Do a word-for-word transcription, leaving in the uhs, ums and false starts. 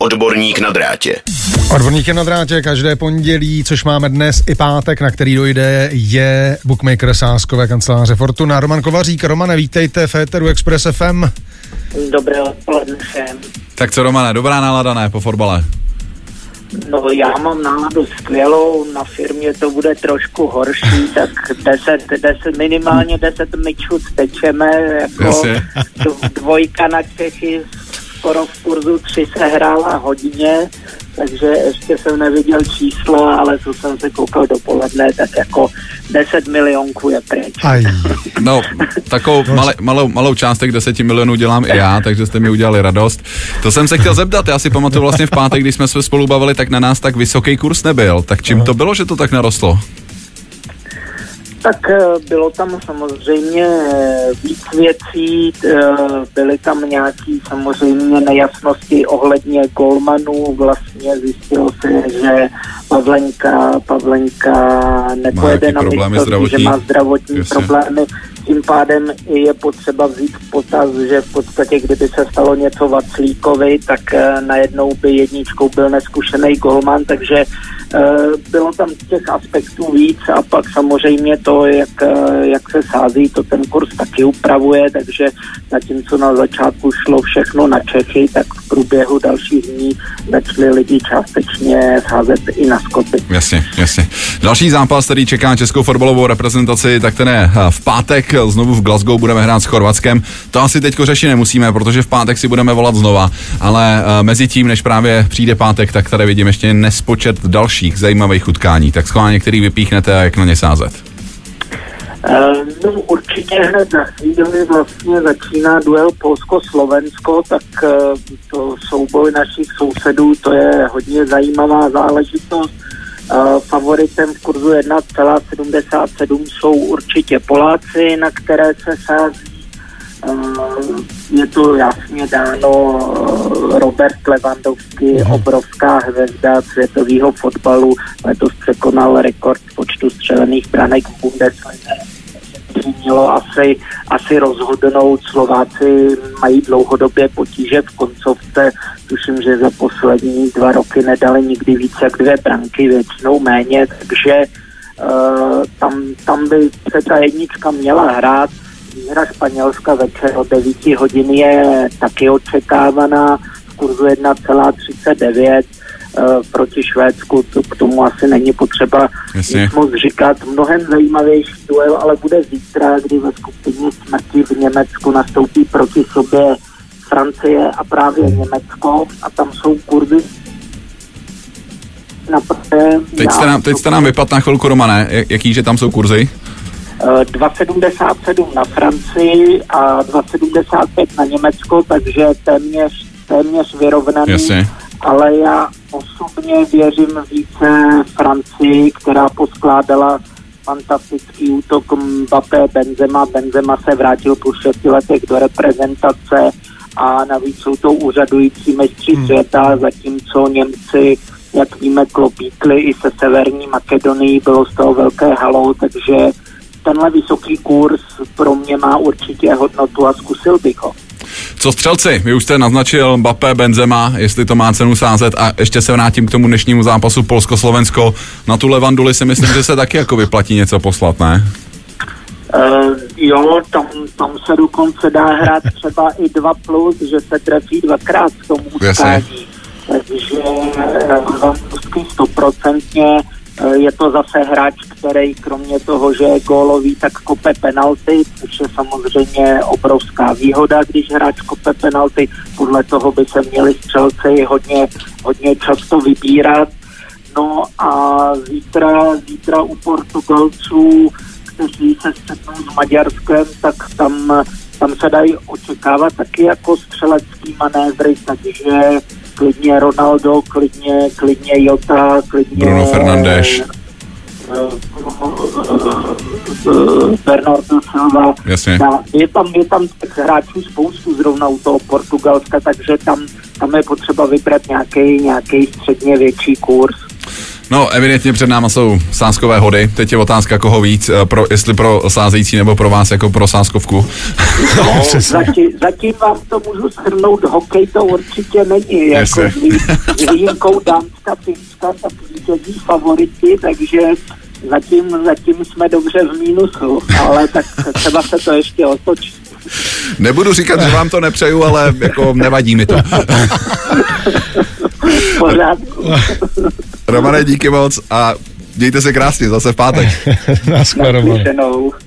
Odborník na drátě. Odborníkem na drátě každé pondělí, což máme dnes i pátek, na který dojde, je bookmaker sázkové kanceláře Fortuna. Roman Kovařík. Romane, vítejte v éteru Express F M. Dobré odpoledne všem. Tak co, Romane, dobrá nálada, ne, po fotbale? No, já mám náladu skvělou, na firmě to bude trošku horší, tak deset, deset, minimálně deset myčů stečeme, jako dvojka na Čechy, skoro v kurzu tři se hrála hodně, takže ještě jsem neviděl číslo, ale co jsem se koukal dopoledne, tak jako deset milionků je pryč. Aj. No, takovou male, malou, malou částek deseti milionů dělám i já, takže jste mi udělali radost. To jsem se chtěl zeptat, já si pamatuju vlastně v pátek, když jsme se spolu bavili, tak na nás tak vysoký kurz nebyl. Tak čím to bylo, že to tak narostlo? Tak bylo tam samozřejmě víc věcí, byly tam nějaký samozřejmě nejasnosti ohledně golmanů, vlastně zjistilo se, že Pavlenka, Pavlenka nepojede na místo, že má zdravotní Jasně. problémy. Tím pádem je potřeba vzít v potaz, že v podstatě kdyby se stalo něco Vaclíkovi, tak najednou by jedničkou byl neskušený golman, takže bylo tam těch aspektů víc a pak samozřejmě to, jak, jak se sází, to ten kurz taky upravuje, takže zatímco na začátku šlo všechno na Čechy, tak v průběhu dalších dní začali lidi částečně sázet i na Skoty. Jasně, jasně. Další zápas, který čeká českou fotbalovou reprezentaci, tak ten je v pátek, znovu v Glasgow budeme hrát s Chorvatskem. To asi teďko řešit nemusíme, protože v pátek si budeme volat znova, ale mezi tím, než právě přijde pátek, tak tady vidím ještě nespočet dalších zajímavých utkání. Tak schválně, který vypíchnete a jak na ně sázet? Uh, no určitě hned za chvíli vlastně začíná duel Polsko-Slovensko, tak uh, to souboj našich sousedů, to je hodně zajímavá záležitost. Uh, favoritem v kurzu jedna celá sedmdesát sedm jsou určitě Poláci, na které se sází. Uh, je to jasně dáno, uh, Robert Lewandowski, obrovská hvězda světového fotbalu, letos překonal rekord počtu střelených branek v Bundeslize. Mělo asi, asi rozhodnout, Slováci mají dlouhodobě potíže v koncovce, tuším, že za poslední dva roky nedali nikdy víc jak dvě branky, většinou méně, takže uh, tam, tam by se ta jednička měla hrát. Hra Španělska večer od devíti hodin je taky očekávaná v kurzu jedna celá třicet devět uh, proti Švédsku, to k tomu asi není potřeba nic moc říkat. Mnohem zajímavější duel ale bude zítra, kdy ve skupině smrti v Německu nastoupí proti sobě Francie a právě Německo a tam jsou kurzy. Teď jste nám, teď jste nám vypadl na chvilku, Romane, jaký, že tam jsou kurzy? dva sedmdesát sedm na Francii a dva sedmdesát pět na Německo, takže téměř, téměř vyrovnaný. Jasně. Ale já osobně věřím více Francii, která poskládala fantastický útok Mbappé, Benzema. Benzema se vrátil po šesti letech do reprezentace a navíc jsou to úřadující mistři hmm. světa, zatímco Němci, jak víme, klopítli i se Severní Makedonií, bylo z toho velké halo, takže tenhle vysoký kurz pro mě má určitě hodnotu a zkusil bych ho. Co střelci? Vy už jste naznačil Mbappé, Benzema, jestli to má cenu sázet a ještě se vrátím k tomu dnešnímu zápasu Polsko-Slovensko. Na tu Levanduli si myslím, že se taky jako vyplatí něco poslat, ne? Uh, jo, tam, tam se dokonce dá hrát třeba i dva plus, že se trefí dvakrát v tom utkání. Takže Levandovský stoprocentně. Je to zase hráč, který kromě toho, že je gólový, tak kope penalty, což je samozřejmě obrovská výhoda, když hráč kope penalty. Podle toho by se měli střelci hodně, hodně často vybírat. No a zítra, zítra u Portugalců, kteří se střetnou s Maďarskem, tak tam, tam se dají očekávat taky jako střelecký manévry, takže klidně Ronaldo, klidně, klidně Jota, klidně Bruno Fernandes, Bernardo Silva. Jasně. Je tam, je tam těch hráčů spoustu zrovna u toho Portugalska, takže tam, tam je potřeba vybrat nějaký, nějaký středně větší kurz. No, evidentně před náma jsou sázkové hody. Teď je otázka, koho víc, pro, jestli pro sázející nebo pro vás jako pro sázkovku. No, zatím, zatím vám to můžu shrnout, hokej to určitě není. Jako s výjimkou Dánska, Finska, tak vítězí favoriti, takže zatím, zatím jsme dobře v mínusu, ale tak třeba se to ještě otočí. Nebudu říkat, že vám to nepřeju, ale jako nevadí mi to. V pořádku. Romane, díky moc a mějte se krásně, zase v pátek. Naschle, Romane.